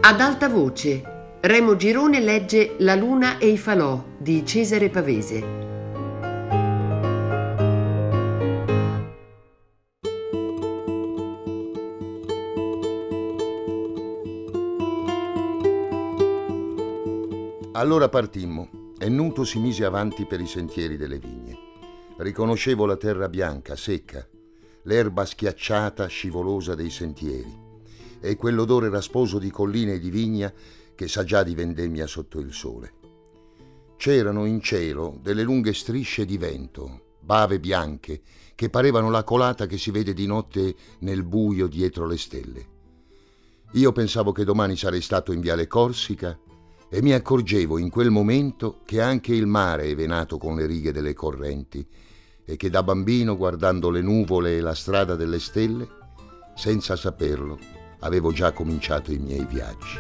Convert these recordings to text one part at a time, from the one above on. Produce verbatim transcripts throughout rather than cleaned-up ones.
Ad alta voce, Remo Girone legge La luna e i falò di Cesare Pavese. Allora partimmo e Nuto si mise avanti per i sentieri delle vigne. Riconoscevo la terra bianca, secca, l'erba schiacciata, scivolosa dei sentieri e quell'odore rasposo di colline e di vigna che sa già di vendemmia sotto il sole. C'erano in cielo delle lunghe strisce di vento, bave bianche, che parevano la colata che si vede di notte nel buio dietro le stelle. Io pensavo che domani sarei stato in Viale Corsica e mi accorgevo in quel momento che anche il mare è venato con le righe delle correnti e che da bambino, guardando le nuvole e la strada delle stelle, senza saperlo, avevo già cominciato i miei viaggi.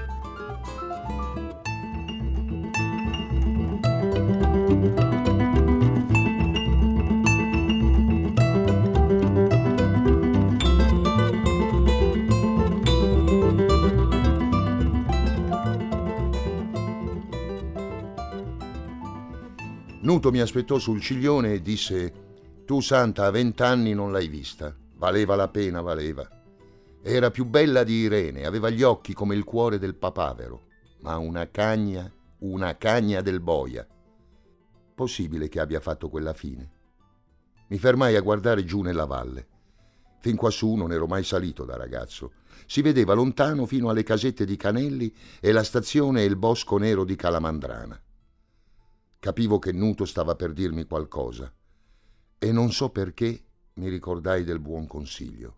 Nuto mi aspettò sul ciglione e disse: «Tu, Santa, a vent'anni non l'hai vista. Valeva la pena, valeva. Era più bella di Irene, aveva gli occhi come il cuore del papavero, ma una cagna, una cagna del boia. Possibile che abbia fatto quella fine?» Mi fermai a guardare giù nella valle. Fin quassù non ero mai salito da ragazzo. Si vedeva lontano fino alle casette di Canelli e la stazione e il bosco nero di Calamandrana. Capivo che Nuto stava per dirmi qualcosa e non so perché mi ricordai del buon consiglio.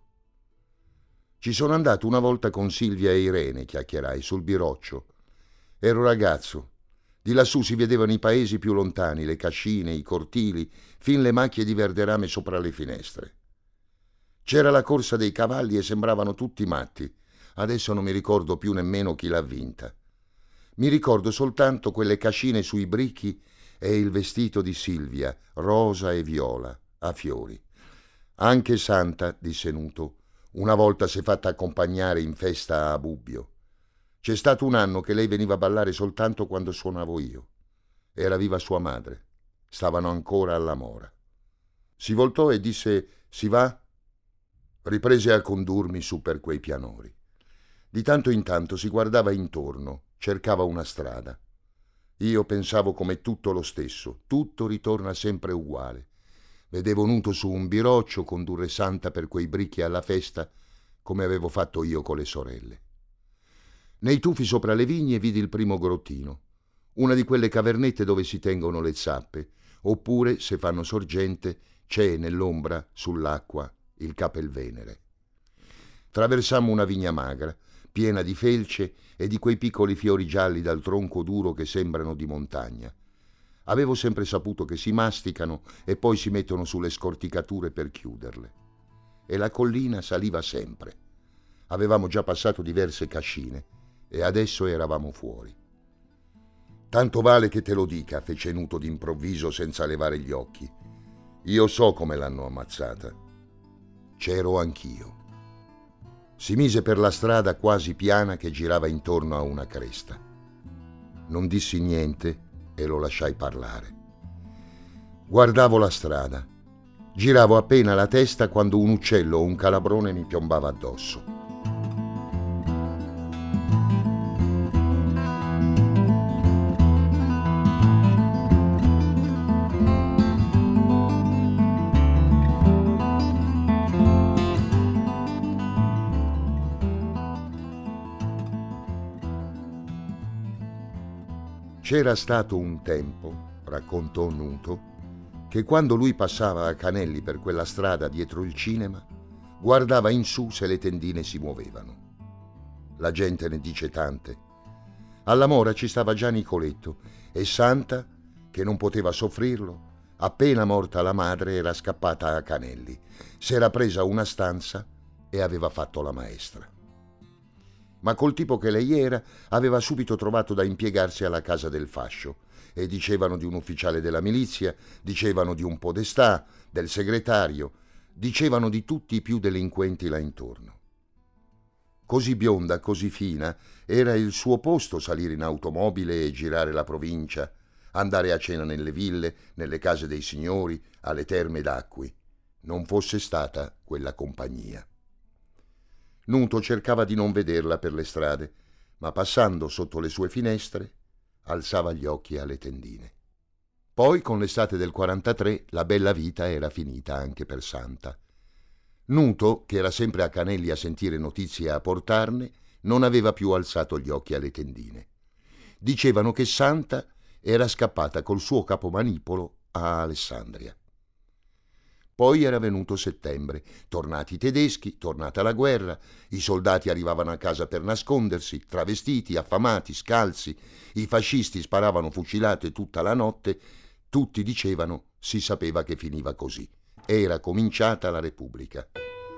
Ci sono andato una volta con Silvia e Irene, chiacchierai, sul Biroccio. Ero ragazzo. Di lassù si vedevano i paesi più lontani, le cascine, i cortili, fin le macchie di verderame sopra le finestre. C'era la corsa dei cavalli e sembravano tutti matti. Adesso non mi ricordo più nemmeno chi l'ha vinta. Mi ricordo soltanto quelle cascine sui bricchi e il vestito di Silvia, rosa e viola, a fiori. Anche Santa, disse Nuto, una volta si è fatta accompagnare in festa a Bubbio. C'è stato un anno che lei veniva a ballare soltanto quando suonavo io. Era viva sua madre. Stavano ancora alla mora. Si voltò e disse: «Si va?» Riprese a condurmi su per quei pianori. Di tanto in tanto si guardava intorno, cercava una strada. Io pensavo come tutto lo stesso, tutto ritorna sempre uguale. Vedevo Nuto su un biroccio condurre Santa per quei bricchi alla festa, come avevo fatto io con le sorelle. Nei tufi sopra le vigne vidi il primo grottino, una di quelle cavernette dove si tengono le zappe, oppure, se fanno sorgente, c'è nell'ombra, sull'acqua, il Capelvenere. Traversammo una vigna magra, piena di felce e di quei piccoli fiori gialli dal tronco duro che sembrano di montagna. Avevo sempre saputo che si masticano e poi si mettono sulle scorticature per chiuderle. E la collina saliva sempre. Avevamo già passato diverse cascine e adesso eravamo fuori. «Tanto vale che te lo dica», fece Nuto d'improvviso senza levare gli occhi. «Io so come l'hanno ammazzata. C'ero anch'io». Si mise per la strada quasi piana che girava intorno a una cresta. Non dissi niente e lo lasciai parlare. Guardavo la strada. Giravo appena la testa quando un uccello o un calabrone mi piombava addosso. C'era stato un tempo, raccontò Nuto, che quando lui passava a Canelli per quella strada dietro il cinema, guardava in su se le tendine si muovevano. La gente ne dice tante. Alla mora ci stava già Nicoletto e Santa, che non poteva soffrirlo, appena morta la madre era scappata a Canelli, s'era presa una stanza e aveva fatto la maestra. Ma col tipo che lei era, aveva subito trovato da impiegarsi alla casa del fascio, e dicevano di un ufficiale della milizia, dicevano di un podestà, del segretario, dicevano di tutti i più delinquenti là intorno. Così bionda, così fina, era il suo posto salire in automobile e girare la provincia, andare a cena nelle ville, nelle case dei signori, alle terme d'Acqui. Non fosse stata quella compagnia. Nuto cercava di non vederla per le strade, ma passando sotto le sue finestre alzava gli occhi alle tendine. Poi, con l'estate del quarantatré, la bella vita era finita anche per Santa. Nuto, che era sempre a Canelli a sentire notizie e a portarne, non aveva più alzato gli occhi alle tendine. Dicevano che Santa era scappata col suo capomanipolo a Alessandria. Poi era venuto settembre, tornati i tedeschi, tornata la guerra, i soldati arrivavano a casa per nascondersi, travestiti, affamati, scalzi, i fascisti sparavano fucilate tutta la notte, tutti dicevano si sapeva che finiva così. Era cominciata la Repubblica.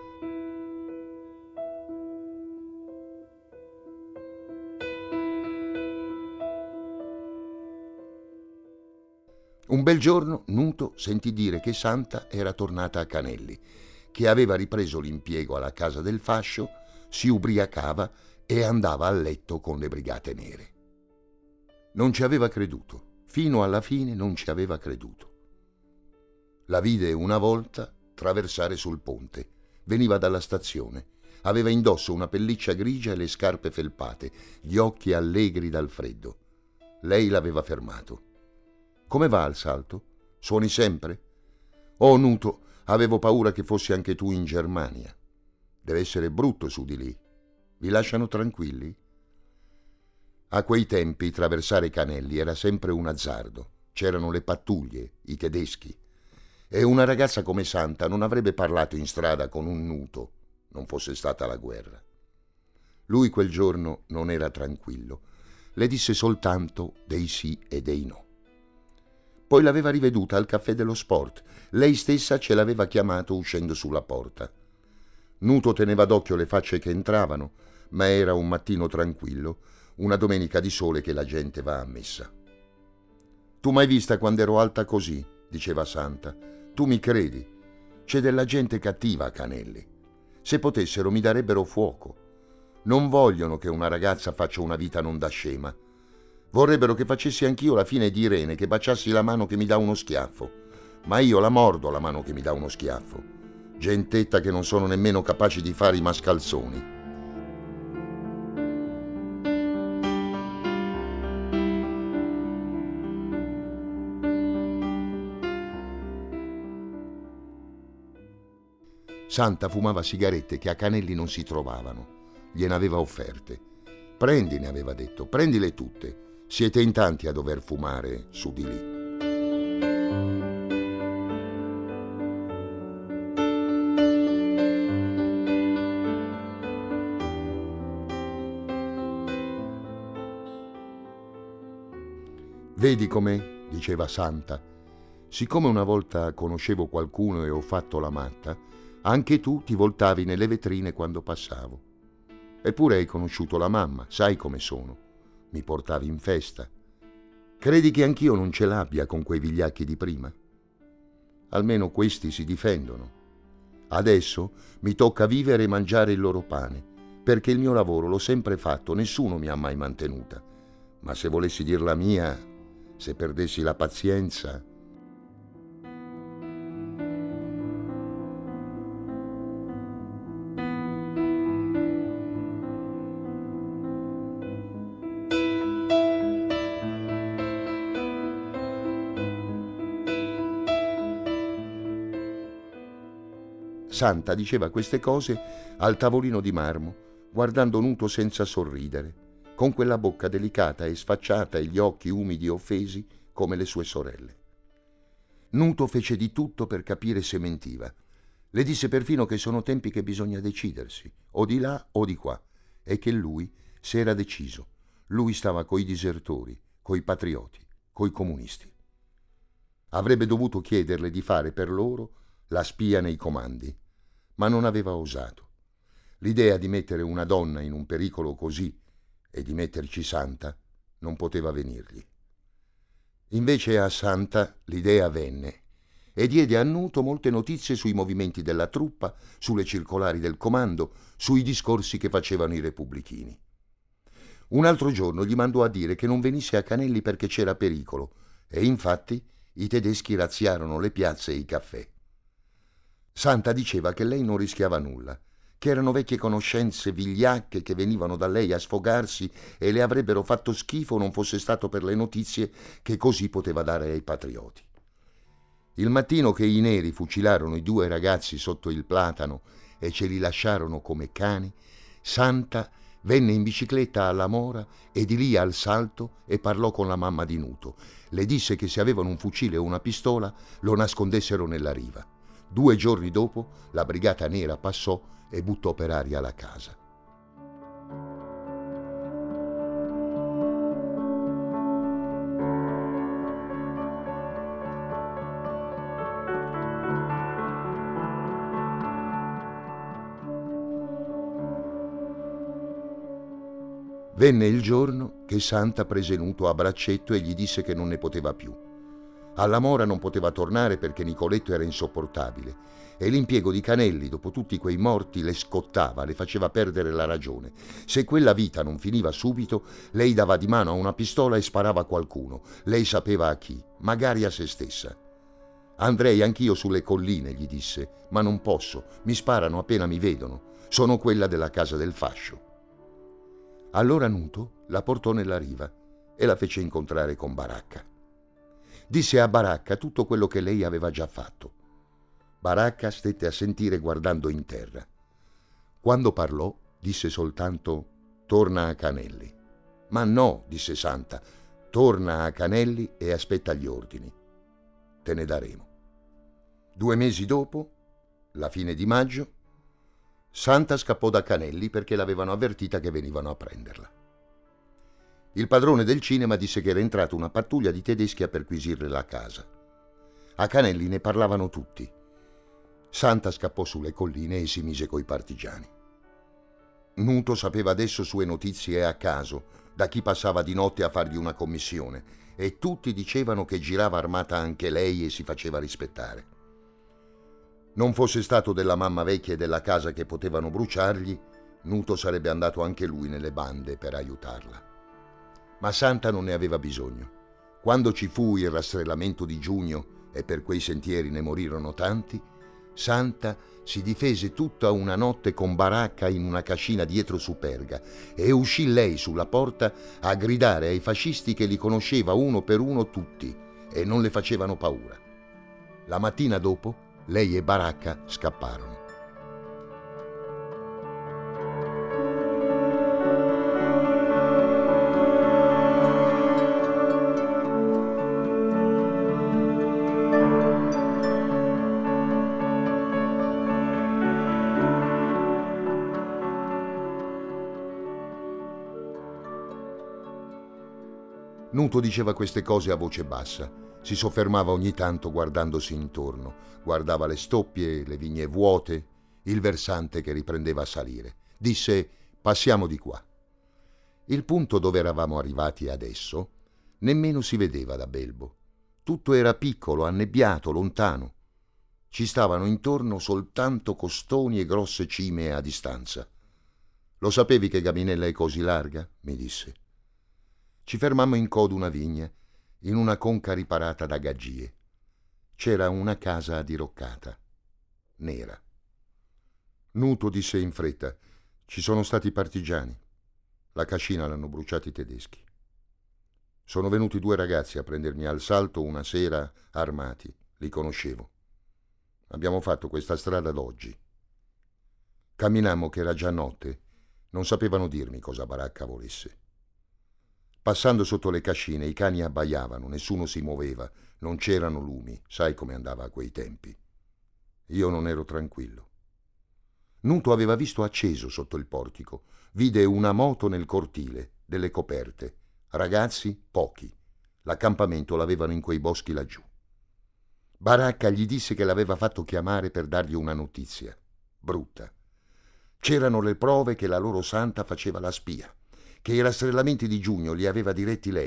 Un bel giorno Nuto sentì dire che Santa era tornata a Canelli, che aveva ripreso l'impiego alla Casa del Fascio, si ubriacava e andava a letto con le Brigate Nere. Non ci aveva creduto, fino alla fine non ci aveva creduto. La vide una volta traversare sul ponte, veniva dalla stazione, aveva indosso una pelliccia grigia e le scarpe felpate, gli occhi allegri dal freddo. Lei l'aveva fermato. Come va al salto? Suoni sempre? Oh, Nuto, avevo paura che fossi anche tu in Germania. Deve essere brutto su di lì. Vi lasciano tranquilli? A quei tempi traversare Canelli era sempre un azzardo. C'erano le pattuglie, i tedeschi. E una ragazza come Santa non avrebbe parlato in strada con un Nuto, non fosse stata la guerra. Lui quel giorno non era tranquillo. Le disse soltanto dei sì e dei no. Poi l'aveva riveduta al caffè dello sport. Lei stessa ce l'aveva chiamato uscendo sulla porta. Nuto teneva d'occhio le facce che entravano, ma era un mattino tranquillo, una domenica di sole che la gente va a messa. Tu mai vista quando ero alta così? Diceva Santa. Tu mi credi? C'è della gente cattiva a Canelli. Se potessero mi darebbero fuoco. Non vogliono che una ragazza faccia una vita non da scema. Vorrebbero che facessi anch'io la fine di Irene, che baciassi la mano che mi dà uno schiaffo. Ma io la mordo la mano che mi dà uno schiaffo. Gentetta che non sono nemmeno capaci di fare i mascalzoni. Santa fumava sigarette che a Canelli non si trovavano. Gliene aveva offerte. Prendine, aveva detto, prendile tutte. Siete in tanti a dover fumare su di lì. Vedi com'è, diceva Santa. Siccome una volta conoscevo qualcuno e ho fatto la matta, anche tu ti voltavi nelle vetrine quando passavo. Eppure hai conosciuto la mamma, sai come sono. Mi portavi in festa. Credi che anch'io non ce l'abbia con quei vigliacchi di prima? Almeno questi si difendono. Adesso mi tocca vivere e mangiare il loro pane, perché il mio lavoro l'ho sempre fatto, nessuno mi ha mai mantenuta. Ma se volessi dir la mia, se perdessi la pazienza... Santa diceva queste cose al tavolino di marmo, guardando Nuto senza sorridere, con quella bocca delicata e sfacciata e gli occhi umidi e offesi come le sue sorelle. Nuto fece di tutto per capire se mentiva. Le disse perfino che sono tempi che bisogna decidersi, o di là o di qua, e che lui si era deciso. Lui stava coi disertori, coi patrioti, coi comunisti. Avrebbe dovuto chiederle di fare per loro la spia nei comandi, ma non aveva osato. L'idea di mettere una donna in un pericolo così e di metterci Santa non poteva venirgli. Invece a Santa l'idea venne e diede a Nuto molte notizie sui movimenti della truppa, sulle circolari del comando, sui discorsi che facevano i repubblichini. Un altro giorno gli mandò a dire che non venisse a Canelli perché c'era pericolo, e infatti i tedeschi razziarono le piazze e i caffè. Santa diceva che lei non rischiava nulla, che erano vecchie conoscenze vigliacche che venivano da lei a sfogarsi e le avrebbero fatto schifo non fosse stato per le notizie che così poteva dare ai patrioti. Il mattino che i neri fucilarono i due ragazzi sotto il platano e ce li lasciarono come cani, Santa venne in bicicletta alla Mora e di lì al Salto e parlò con la mamma di Nuto. Le disse che se avevano un fucile o una pistola lo nascondessero nella riva. Due giorni dopo la brigata nera passò e buttò per aria la casa. Venne il giorno che Santa prese Nuto a braccetto e gli disse che non ne poteva più. Alla Mora non poteva tornare perché Nicoletto era insopportabile e l'impiego di Canelli, dopo tutti quei morti, le scottava, le faceva perdere la ragione. Se quella vita non finiva subito, lei dava di mano a una pistola e sparava a qualcuno. Lei sapeva a chi, magari a se stessa. Andrei anch'io sulle colline, gli disse, ma non posso, mi sparano appena mi vedono. Sono quella della casa del fascio. Allora Nuto la portò nella riva e la fece incontrare con Baracca. Disse a Baracca tutto quello che lei aveva già fatto. Baracca stette a sentire guardando in terra. Quando parlò, disse soltanto «Torna a Canelli». «Ma no», disse Santa, «torna a Canelli e aspetta gli ordini. Te ne daremo». Due mesi dopo, la fine di maggio, Santa scappò da Canelli perché l'avevano avvertita che venivano a prenderla. Il padrone del cinema disse che era entrata una pattuglia di tedeschi a perquisirle la casa. A Canelli ne parlavano tutti. Santa scappò sulle colline e si mise coi partigiani. Nuto sapeva adesso sue notizie a caso, da chi passava di notte a fargli una commissione, e tutti dicevano che girava armata anche lei e si faceva rispettare. Non fosse stato della mamma vecchia e della casa che potevano bruciargli, Nuto sarebbe andato anche lui nelle bande per aiutarla. Ma Santa non ne aveva bisogno. Quando ci fu il rastrellamento di giugno e per quei sentieri ne morirono tanti, Santa si difese tutta una notte con Baracca in una cascina dietro Superga e uscì lei sulla porta a gridare ai fascisti che li conosceva uno per uno tutti e non le facevano paura. La mattina dopo lei e Baracca scapparono. Nuto diceva queste cose a voce bassa. Si soffermava ogni tanto guardandosi intorno, guardava le stoppie, le vigne vuote, il versante che riprendeva a salire. Disse: «Passiamo di qua». Il punto dove eravamo arrivati adesso nemmeno si vedeva da Belbo. Tutto era piccolo, annebbiato, lontano. Ci stavano intorno soltanto costoni e grosse cime a distanza. «Lo sapevi che Gabinella è così larga?» mi disse. Ci fermammo in coda una vigna, in una conca riparata da gaggie. C'era una casa diroccata, nera. Nuto disse in fretta: «Ci sono stati partigiani. La cascina l'hanno bruciata i tedeschi. Sono venuti due ragazzi a prendermi al Salto una sera armati. Li conoscevo. Abbiamo fatto questa strada d'oggi. Camminammo che era già notte. Non sapevano dirmi cosa Baracca volesse. Passando sotto le cascine i cani abbaiavano, nessuno si muoveva, non c'erano lumi, sai come andava a quei tempi. Io non ero tranquillo. Nuto aveva visto acceso sotto il portico, vide una moto nel cortile, delle coperte, ragazzi pochi. L'accampamento l'avevano in quei boschi laggiù. Baracca gli disse che l'aveva fatto chiamare per dargli una notizia, brutta. C'erano le prove che la loro Santa faceva la spia, che i rastrellamenti di giugno li aveva diretti lei,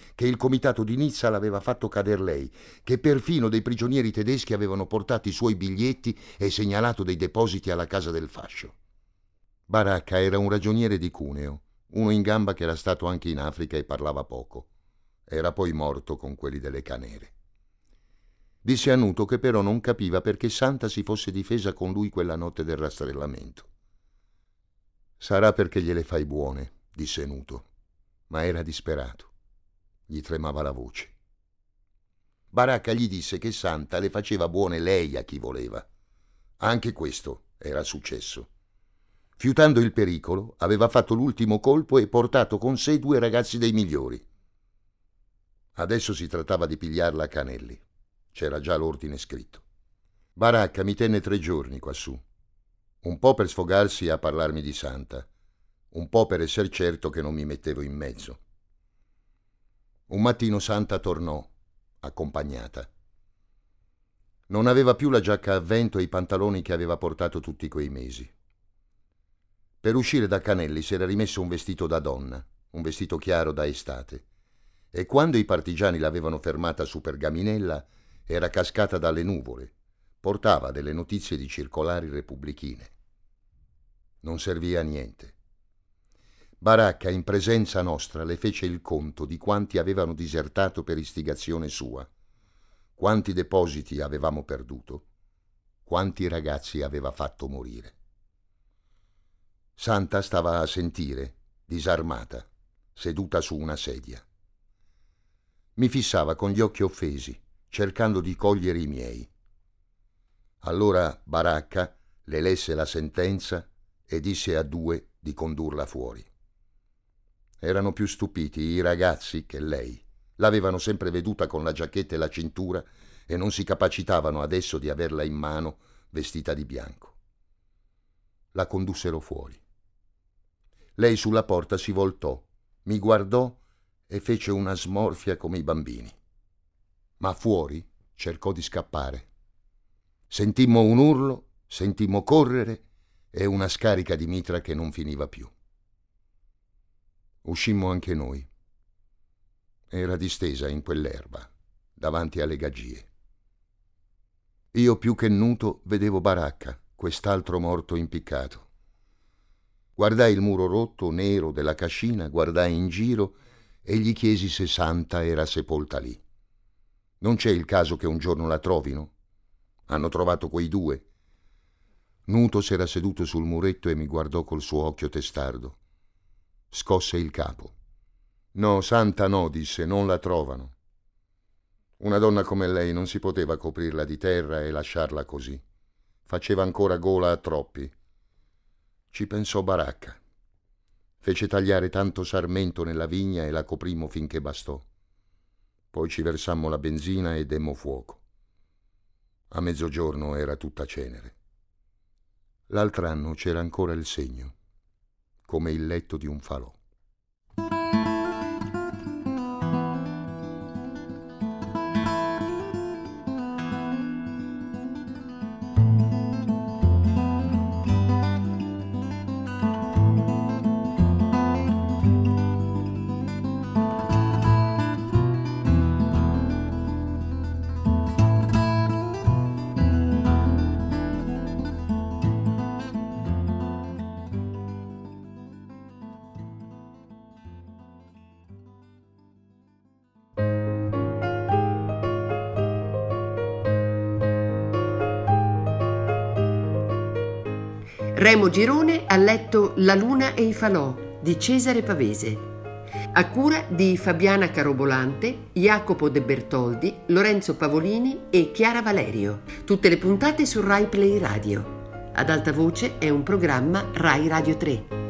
che il comitato di Nizza l'aveva fatto cader lei, che perfino dei prigionieri tedeschi avevano portato i suoi biglietti e segnalato dei depositi alla casa del fascio. Baracca era un ragioniere di Cuneo, uno in gamba che era stato anche in Africa e parlava poco. Era poi morto con quelli delle Canere. Disse a Nuto che però non capiva perché Santa si fosse difesa con lui quella notte del rastrellamento. «Sarà perché gliele fai buone», disse Nuto, ma era disperato. Gli tremava la voce. Baracca gli disse che Santa le faceva buone lei a chi voleva. Anche questo era successo. Fiutando il pericolo, aveva fatto l'ultimo colpo e portato con sé due ragazzi dei migliori. Adesso si trattava di pigliarla a Canelli. C'era già l'ordine scritto. Baracca mi tenne tre giorni quassù, un po' per sfogarsi a parlarmi di Santa, un po' per esser certo che non mi mettevo in mezzo. Un mattino Santa tornò, accompagnata. Non aveva più la giacca a vento e i pantaloni che aveva portato tutti quei mesi. Per uscire da Canelli si era rimesso un vestito da donna, un vestito chiaro da estate, e quando i partigiani l'avevano fermata su Pergaminella era cascata dalle nuvole, portava delle notizie di circolari repubblichine. Non serviva a niente. Baracca, in presenza nostra, le fece il conto di quanti avevano disertato per istigazione sua, quanti depositi avevamo perduto, quanti ragazzi aveva fatto morire. Santa stava a sentire, disarmata, seduta su una sedia. Mi fissava con gli occhi offesi, cercando di cogliere i miei. Allora Baracca le lesse la sentenza e disse a due di condurla fuori. Erano più stupiti i ragazzi che lei. L'avevano sempre veduta con la giacchetta e la cintura e non si capacitavano adesso di averla in mano vestita di bianco. La condussero fuori. Lei sulla porta si voltò, mi guardò e fece una smorfia come i bambini. Ma fuori cercò di scappare. Sentimmo un urlo, sentimmo correre e una scarica di mitra che non finiva più. Uscimmo anche noi. Era distesa in quell'erba, davanti alle gaggie. Io più che Nuto vedevo Baracca, quest'altro morto impiccato. Guardai il muro rotto, nero, della cascina, guardai in giro e gli chiesi se Santa era sepolta lì. Non c'è il caso che un giorno la trovino? Hanno trovato quei due. Nuto s'era seduto sul muretto e mi guardò col suo occhio testardo. Scosse il capo. No, Santa no, disse, non la trovano. Una donna come lei non si poteva coprirla di terra e lasciarla così. Faceva ancora gola a troppi. Ci pensò Baracca. Fece tagliare tanto sarmento nella vigna e la coprimmo finché bastò. Poi ci versammo la benzina e demmo fuoco. A mezzogiorno era tutta cenere. L'altro anno c'era ancora il segno, come il letto di un falò. Remo Girone ha letto La luna e i falò di Cesare Pavese, a cura di Fabiana Carobolante, Jacopo De Bertoldi, Lorenzo Pavolini e Chiara Valerio. Tutte le puntate su Rai Play Radio. Ad alta voce è un programma Rai Radio tre.